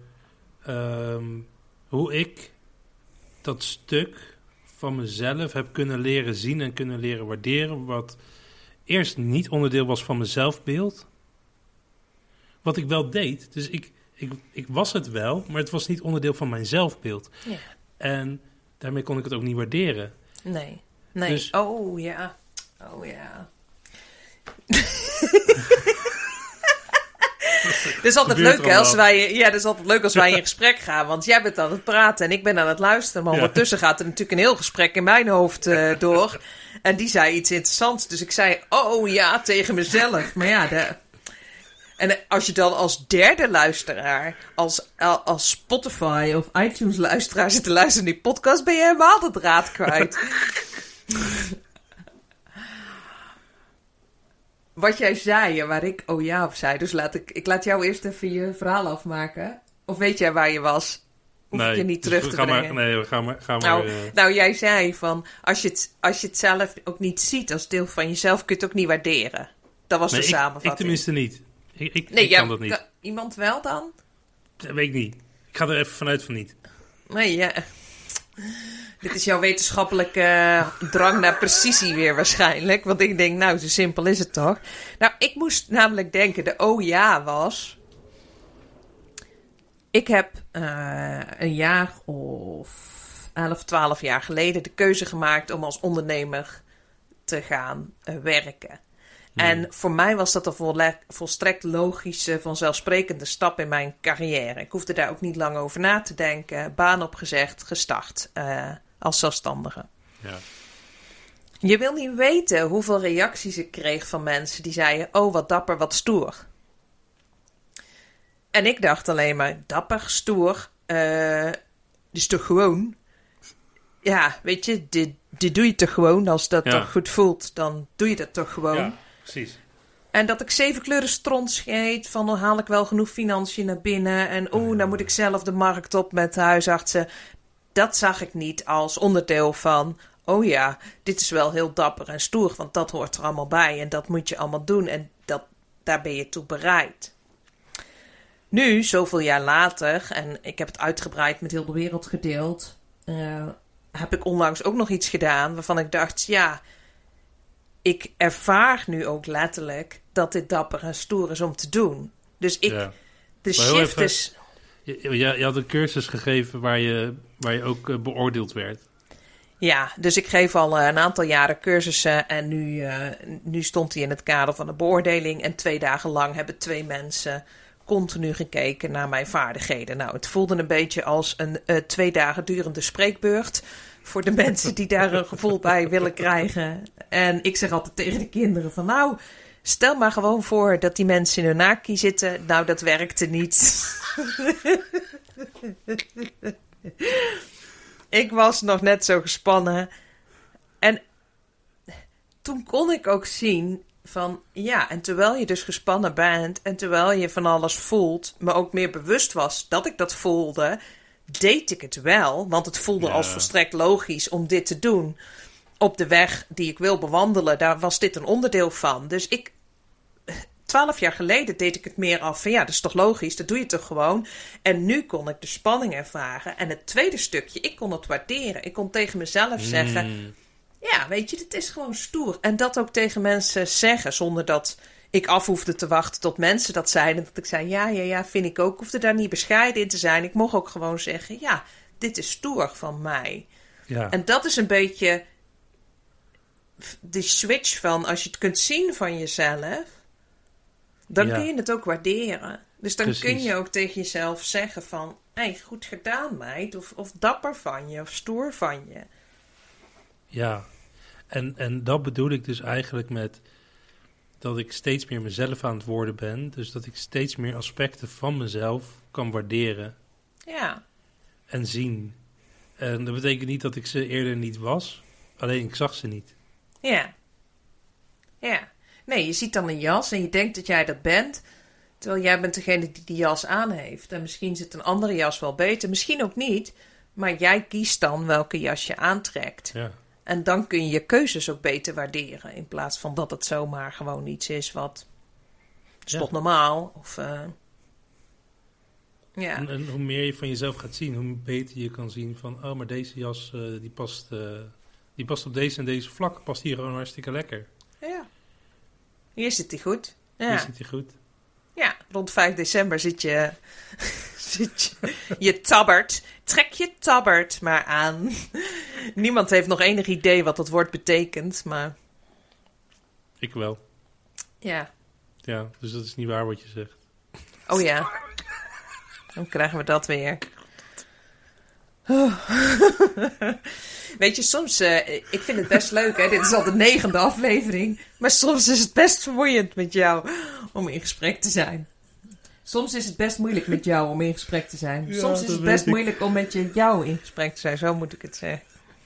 A: hoe ik dat stuk van mezelf heb kunnen leren zien en kunnen leren waarderen, wat eerst niet onderdeel was van mijn zelfbeeld. Wat ik wel deed, dus ik was het wel, maar het was niet onderdeel van mijn zelfbeeld.
B: Ja.
A: En daarmee kon ik het ook niet waarderen.
B: Nee.
A: Dus,
B: Oh ja. Het is altijd leuk als wij in gesprek gaan. Want jij bent aan het praten en ik ben aan het luisteren. Maar ondertussen gaat er natuurlijk een heel gesprek in mijn hoofd door. En die zei iets interessants. Dus ik zei, oh ja, tegen mezelf. Maar ja, en als je dan als derde luisteraar, als Spotify of iTunes luisteraar zit te luisteren naar die podcast, ben je helemaal de draad kwijt. Wat jij zei en waar ik oh ja op zei. Dus ik laat jou eerst even je verhaal afmaken. Of weet jij waar je was? Hoef ik je niet terug te brengen?
A: We gaan maar.
B: Nou, jij zei van, als je het zelf ook niet ziet als deel van jezelf, kun je het ook niet waarderen. Dat was de samenvatting.
A: Ik tenminste niet. Ik kan dat niet.
B: Iemand wel dan?
A: Dat weet ik niet. Ik ga er even vanuit van niet.
B: Nee, ja. Dit is jouw wetenschappelijke drang naar precisie weer waarschijnlijk. Want ik denk, nou, zo simpel is het toch? Nou, ik moest namelijk denken, de oh ja was... Ik heb een jaar of 11, 12 jaar geleden de keuze gemaakt om als ondernemer te gaan werken. En voor mij was dat een volstrekt logische, vanzelfsprekende stap in mijn carrière. Ik hoefde daar ook niet lang over na te denken. Baan opgezegd, gestart als zelfstandige.
A: Ja.
B: Je wil niet weten hoeveel reacties ik kreeg van mensen die zeiden, oh wat dapper, wat stoer. En ik dacht alleen maar, dapper, stoer, is toch gewoon... Ja, weet je, dit doe je toch gewoon. Als dat toch goed voelt, dan doe je dat toch gewoon.
A: Ja. precies.
B: En dat ik 7 kleuren stront scheet. Van dan haal ik wel genoeg financiën naar binnen. En dan moet ik zelf de markt op met de huisartsen. Dat zag ik niet als onderdeel van... Oh ja, dit is wel heel dapper en stoer. Want dat hoort er allemaal bij. En dat moet je allemaal doen. En daar ben je toe bereid. Nu, zoveel jaar later... En ik heb het uitgebreid met heel de wereld gedeeld... heb ik onlangs ook nog iets gedaan... waarvan ik dacht, ja... Ik ervaar nu ook letterlijk... dat dit dapper en stoer is om te doen. Dus de shift is...
A: Je had een cursus gegeven waar je ook beoordeeld werd.
B: Ja, dus ik geef al een aantal jaren cursussen... en nu stond hij in het kader van de beoordeling... en 2 dagen lang hebben 2 mensen... continu gekeken naar mijn vaardigheden. Nou, het voelde een beetje als een 2 dagen durende spreekbeurt... voor de mensen die daar een gevoel bij willen krijgen. En ik zeg altijd tegen de kinderen van... nou, stel maar gewoon voor dat die mensen in hun naki zitten. Nou, dat werkte niet. Ik was nog net zo gespannen. En toen kon ik ook zien van... ja, en terwijl je dus gespannen bent... en terwijl je van alles voelt... me ook meer bewust was dat ik dat voelde... deed ik het wel, want het voelde als volstrekt logisch om dit te doen. Op de weg die ik wil bewandelen, daar was dit een onderdeel van. Dus 12 jaar geleden deed ik het meer af van ja, dat is toch logisch, dat doe je toch gewoon. En nu kon ik de spanning ervaren. En het tweede stukje, ik kon het waarderen. Ik kon tegen mezelf zeggen, ja, weet je, dit is gewoon stoer. En dat ook tegen mensen zeggen, zonder dat ik af hoefde te wachten tot mensen dat zeiden. Dat ik zei, ja, vind ik ook. Ik hoefde daar niet bescheiden in te zijn. Ik mocht ook gewoon zeggen, ja, dit is stoer van mij. Ja. En dat is een beetje de switch van, als je het kunt zien van jezelf, dan kun je het ook waarderen. Dus dan kun je ook tegen jezelf zeggen van, hey, goed gedaan meid. Of dapper van je, of stoer van je.
A: Ja, en dat bedoel ik dus eigenlijk met... dat ik steeds meer mezelf aan het worden ben. Dus dat ik steeds meer aspecten van mezelf kan waarderen.
B: Ja.
A: En zien. En dat betekent niet dat ik ze eerder niet was. Alleen ik zag ze niet.
B: Ja. Ja. Nee, je ziet dan een jas en je denkt dat jij dat bent. Terwijl jij bent degene die jas aan heeft. En misschien zit een andere jas wel beter. Misschien ook niet. Maar jij kiest dan welke jas je aantrekt. Ja. En dan kun je je keuzes ook beter waarderen. In plaats van dat het zomaar gewoon iets is wat... is toch normaal? Of, ja.
A: En hoe meer je van jezelf gaat zien, hoe beter je kan zien van... oh, maar deze jas die past op deze en deze vlak. Past hier gewoon hartstikke lekker.
B: Ja. Hier zit hij goed. Ja.
A: Hier zit hij goed.
B: Ja, rond 5 december zit je tabbert. Trek je tabbert maar aan. Niemand heeft nog enig idee wat dat woord betekent, maar...
A: Ik wel.
B: Ja.
A: Ja, dus dat is niet waar wat je zegt.
B: Oh ja. Dan krijgen we dat weer. Weet je, soms... ik vind het best leuk, hè. Dit is al de 9e aflevering. Maar soms is het best vermoeiend met jou om in gesprek te zijn. Soms is het best moeilijk met jou om in gesprek te zijn. Ja, soms is het best moeilijk om met jou in gesprek te zijn. Zo moet ik het zeggen.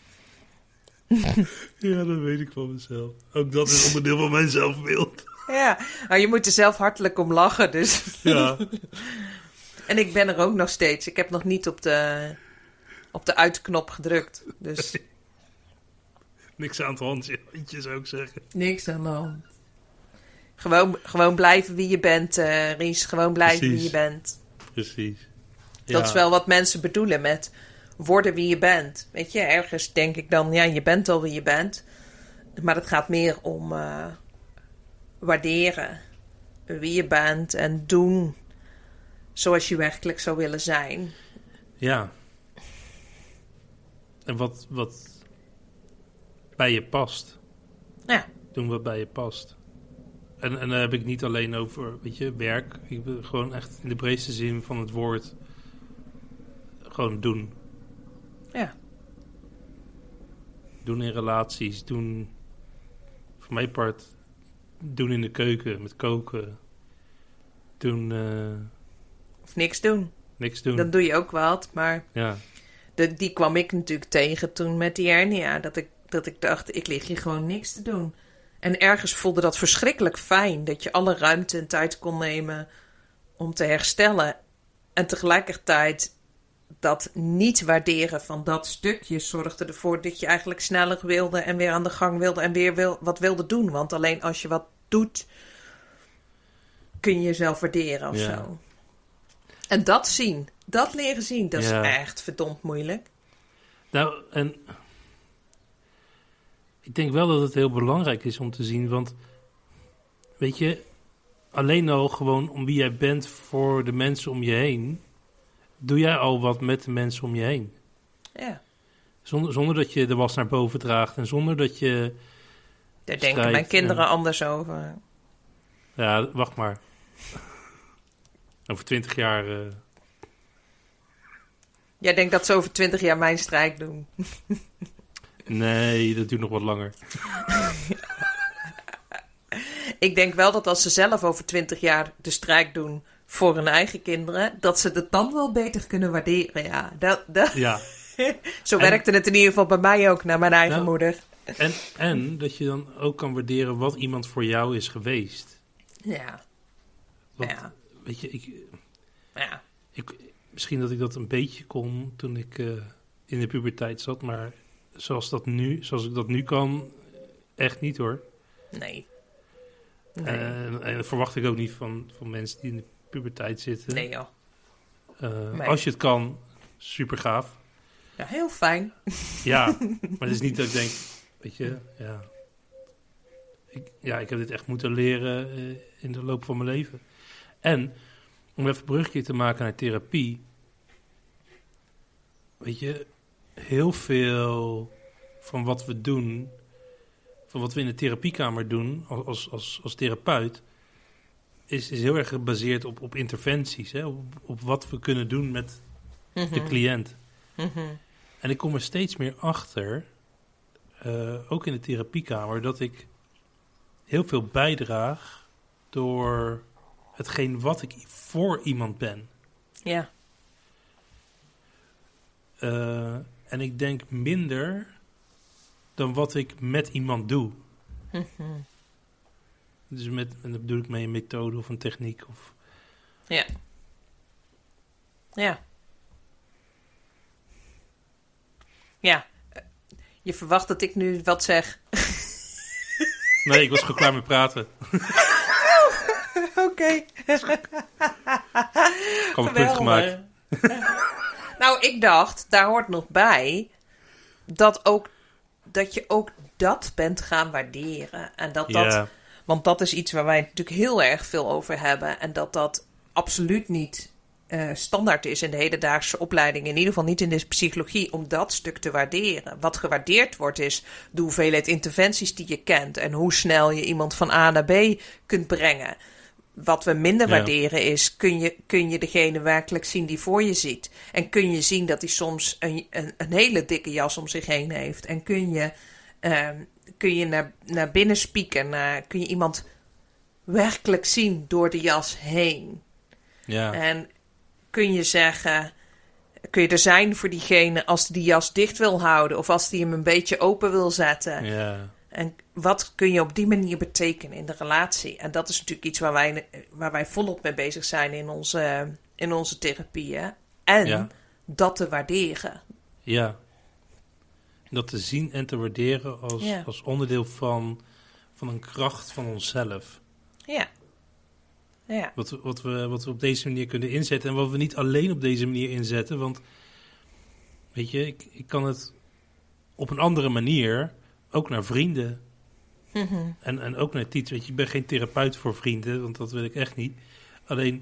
A: Ja, dat weet ik van mezelf. Ook dat is onderdeel van mijn zelfbeeld.
B: Ja, nou, je moet er zelf hartelijk om lachen, dus...
A: Ja.
B: En ik ben er ook nog steeds. Ik heb nog niet op de uitknop gedrukt, dus...
A: Niks aan het handje, zou ik zeggen.
B: Niks aan de hand. Gewoon blijven wie je bent, Ries. Gewoon blijven wie je bent.
A: Precies.
B: Dat is wel wat mensen bedoelen met worden wie je bent. Weet je, ergens denk ik dan, ja, je bent al wie je bent. Maar het gaat meer om waarderen wie je bent en doen zoals je werkelijk zou willen zijn.
A: Ja. En wat bij je past.
B: Ja.
A: Doen wat bij je past. En dan heb ik niet alleen over, weet je, werk. Ik wil gewoon echt in de breedste zin van het woord gewoon doen.
B: Ja.
A: Doen in relaties, doen voor mijn part doen in de keuken, met koken. Doen...
B: Of niks doen.
A: Niks doen.
B: Dan doe je ook wat, maar
A: ja.
B: Die kwam ik natuurlijk tegen toen met die hernia. Dat ik dacht, ik lig hier gewoon niks te doen. En ergens voelde dat verschrikkelijk fijn. Dat je alle ruimte en tijd kon nemen om te herstellen. En tegelijkertijd dat niet waarderen van dat stukje zorgde ervoor dat je eigenlijk sneller wilde en weer aan de gang wilde en weer wat wilde doen. Want alleen als je wat doet, kun je jezelf waarderen of zo. En dat zien, dat leren zien, dat is echt verdomd moeilijk.
A: Nou, en ik denk wel dat het heel belangrijk is om te zien, want weet je, alleen al gewoon om wie jij bent voor de mensen om je heen, doe jij al wat met de mensen om je heen.
B: Ja.
A: Zonder dat je de was naar boven draagt en zonder dat je...
B: Daar denken mijn kinderen anders over.
A: Ja, wacht maar. Over 20 jaar...
B: Jij denkt dat ze over 20 jaar mijn strijk doen?
A: Nee, dat duurt nog wat langer.
B: Ik denk wel dat als ze zelf over 20 jaar de strijk doen voor hun eigen kinderen, dat ze het dan wel beter kunnen waarderen. Ja. Zo werkte het in ieder geval bij mij ook, naar mijn eigen moeder.
A: En dat je dan ook kan waarderen wat iemand voor jou is geweest.
B: Ja.
A: Want, weet je, misschien dat ik dat een beetje kon toen ik in de puberteit zat, maar zoals ik dat nu kan, echt niet hoor.
B: Nee.
A: En dat verwacht ik ook niet van mensen die in de puberteit zitten.
B: Nee joh.
A: Als je het kan, super gaaf.
B: Ja, heel fijn.
A: Ja, maar het is niet dat ik denk, weet je, ik heb dit echt moeten leren in de loop van mijn leven. En om even een brugje te maken naar therapie, weet je, heel veel van wat we doen, van wat we in de therapiekamer doen als therapeut, is heel erg gebaseerd op interventies, hè? Op wat we kunnen doen met de cliënt. Mm-hmm. En ik kom er steeds meer achter, ook in de therapiekamer, dat ik heel veel bijdraag door hetgeen wat ik voor iemand ben.
B: Ja.
A: En ik denk minder dan wat ik met iemand doe.
B: Mm-hmm.
A: Dus en dat bedoel ik mee een methode of een techniek. Of...
B: Ja. Ja. Ja. Je verwacht dat ik nu wat zeg.
A: Nee, ik was gewoon klaar met praten.
B: Oké.
A: Ik had een punt gemaakt.
B: Nou, ik dacht, daar hoort nog bij dat je ook dat bent gaan waarderen. En want dat is iets waar wij natuurlijk heel erg veel over hebben. En dat absoluut niet standaard is in de hedendaagse opleiding. In ieder geval niet in de psychologie, om dat stuk te waarderen. Wat gewaardeerd wordt is de hoeveelheid interventies die je kent. En hoe snel je iemand van A naar B kunt brengen. Wat we minder waarderen is, kun je degene werkelijk zien die voor je ziet. En kun je zien dat hij soms een hele dikke jas om zich heen heeft. En kun je naar binnen spieken. Kun je iemand werkelijk zien door de jas heen.
A: Ja.
B: En kun je er zijn voor diegene als die jas dicht wil houden. Of als die hem een beetje open wil zetten.
A: Ja.
B: En wat kun je op die manier betekenen in de relatie? En dat is natuurlijk iets waar wij volop mee bezig zijn in onze therapieën. En dat te waarderen. Ja.
A: Dat te zien en te waarderen als onderdeel van een kracht van onszelf.
B: Ja. Ja.
A: Wat we op deze manier kunnen inzetten. En wat we niet alleen op deze manier inzetten. Want, weet je, ik kan het op een andere manier ook naar vrienden. Mm-hmm. En ook naar teachers. Weet je, ik ben geen therapeut voor vrienden, want dat wil ik echt niet. Alleen,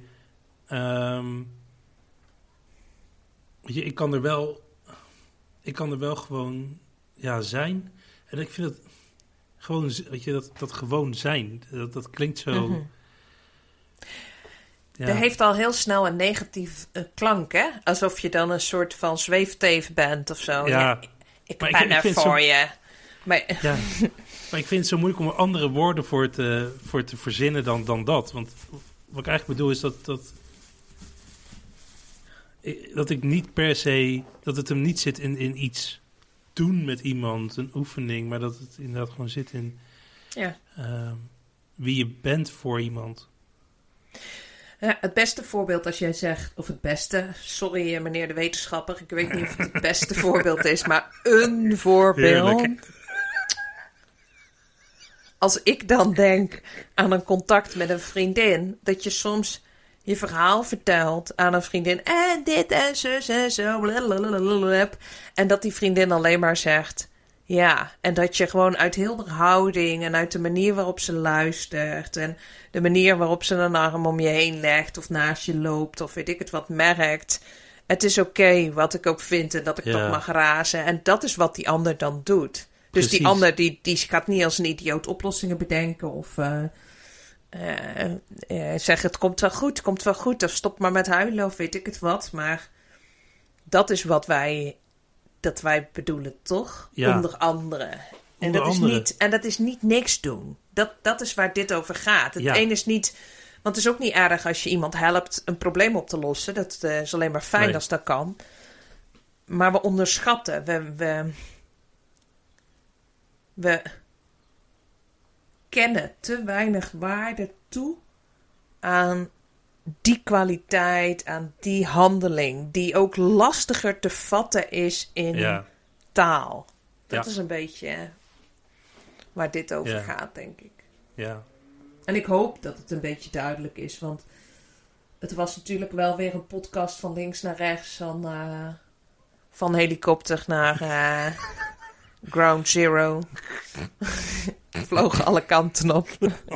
A: weet je, ik kan er wel gewoon zijn. En ik vind het gewoon, weet je, dat gewoon zijn. Dat klinkt zo. Mm-hmm.
B: Ja. Er heeft al heel snel een negatief klank, hè? Alsof je dan een soort van zweefteef bent of zo. Ja. Ik ben er voor je. Maar...
A: Ja. Maar ik vind het zo moeilijk om er andere woorden voor te verzinnen dan dat. Want wat ik eigenlijk bedoel is dat ik niet per se, dat het hem niet zit in iets doen met iemand, een oefening, maar dat het inderdaad gewoon zit in
B: Ja.
A: Wie je bent voor iemand.
B: Ja, het beste voorbeeld als jij zegt, of het beste, sorry meneer de wetenschapper, ik weet niet of het beste voorbeeld is, maar een voorbeeld.
A: Heerlijk.
B: Als ik dan denk aan een contact met een vriendin, dat je soms je verhaal vertelt aan een vriendin, en dit en zus en zo, blablabla, en dat die vriendin alleen maar zegt, ja, en dat je gewoon uit heel de houding en uit de manier waarop ze luistert en de manier waarop ze een arm om je heen legt of naast je loopt of weet ik het wat merkt. Het is oké wat ik ook vind en dat ik toch mag razen. En dat is wat die ander dan doet. Dus
A: Precies.
B: die ander die gaat niet als een idioot oplossingen bedenken of zeggen het komt wel goed of stop maar met huilen of weet ik het wat. Maar dat is wat wij bedoelen, toch?
A: Ja.
B: Onder andere.
A: Onder
B: En dat is niet niks doen. Dat is waar dit over gaat. Het een is niet... Want het is ook niet erg als je iemand helpt een probleem op te lossen. Dat is alleen maar fijn als dat kan. Maar we onderschatten. We kennen te weinig waarde toe aan die kwaliteit, aan die handeling, die ook lastiger te vatten is in taal. Dat is een beetje waar dit over gaat, denk ik.
A: Ja.
B: En ik hoop dat het een beetje duidelijk is, want het was natuurlijk wel weer een podcast van links naar rechts, van helikopter naar ground zero. Vlogen alle kanten op.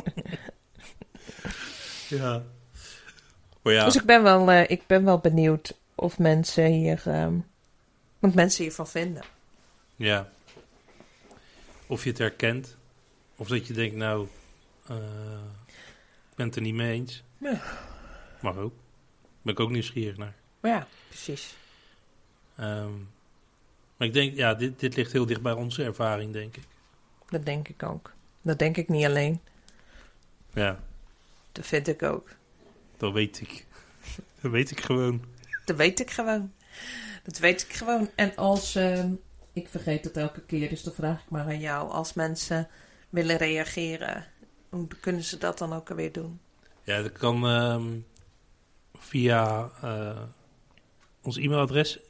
A: Ja. Oh ja.
B: Dus ik ben wel benieuwd of mensen hier... wat mensen hiervan vinden.
A: Ja. Of je het herkent. Of dat je denkt, nou... ik ben het er niet mee eens.
B: Ja.
A: Mag ook. Ben ik ook nieuwsgierig naar.
B: Ja, precies.
A: Maar ik denk, dit ligt heel dicht bij onze ervaring, denk ik.
B: Dat denk ik ook. Dat denk ik niet alleen.
A: Ja.
B: Dat vind ik ook.
A: Dat weet ik. Dat weet ik gewoon.
B: Dat weet ik gewoon. En als... ik vergeet het elke keer, dus dan vraag ik maar aan jou. Als mensen willen reageren, hoe kunnen ze dat dan ook alweer doen? Ja,
A: dat kan via ons e-mailadres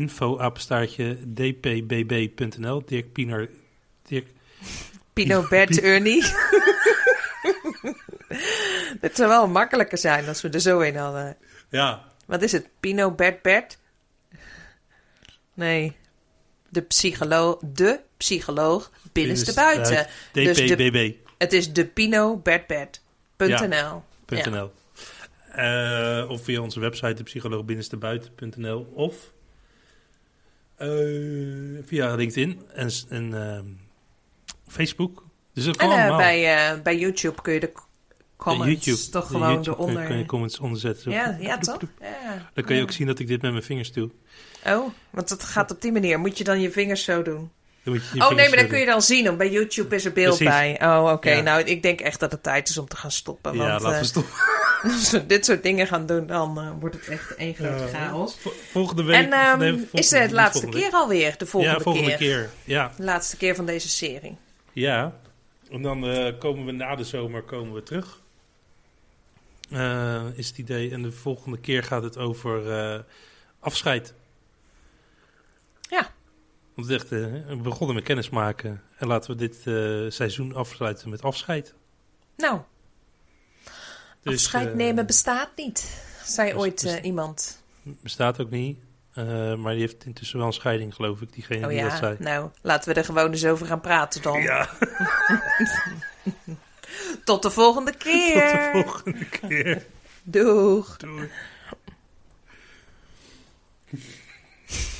A: info@dpbb.nl. Dirk
B: Pino Bert Ernie. Dit zou wel makkelijker zijn als we er zo een hadden.
A: Ja.
B: Wat is het? Pino Bert? Nee. De psycholoog binnenste buiten.
A: DPBB.
B: Dus het is de Pino Bert.nl.
A: .nl. Of via onze website depsycholoogbinnenstebuiten.nl of via LinkedIn en Facebook. Dus dat kan allemaal.
B: Bij YouTube kun je de comments toch gewoon eronder...
A: Kun je comments onderzetten.
B: Ja, toch? Ja.
A: Dan kun je ook zien dat ik dit met mijn vingers doe.
B: Oh, want het gaat op die manier. Moet je dan je vingers zo doen?
A: Maar
B: dat kun je dan zien. Want bij YouTube is er beeld bij. Oh, oké. Ja. Nou, ik denk echt dat het tijd is om te gaan stoppen. Want,
A: laten we stoppen.
B: Als we dit soort dingen gaan doen, dan wordt het echt één grote chaos.
A: Volgende week...
B: is het laatste keer alweer? De volgende
A: keer. Ja.
B: De laatste keer van deze serie.
A: Ja. En dan komen we na de zomer terug. Is het idee. En de volgende keer gaat het over afscheid.
B: Ja.
A: Want we begonnen met kennismaken. En laten we dit seizoen afsluiten met afscheid.
B: Nou. Dus, afscheid nemen bestaat niet. Zei ooit iemand.
A: Bestaat ook niet. Maar die heeft intussen wel een scheiding, geloof ik. Diegene die dat zei.
B: Nou, laten we er gewoon eens over gaan praten dan.
A: Ja.
B: Tot de volgende keer. Doeg.
A: Doei.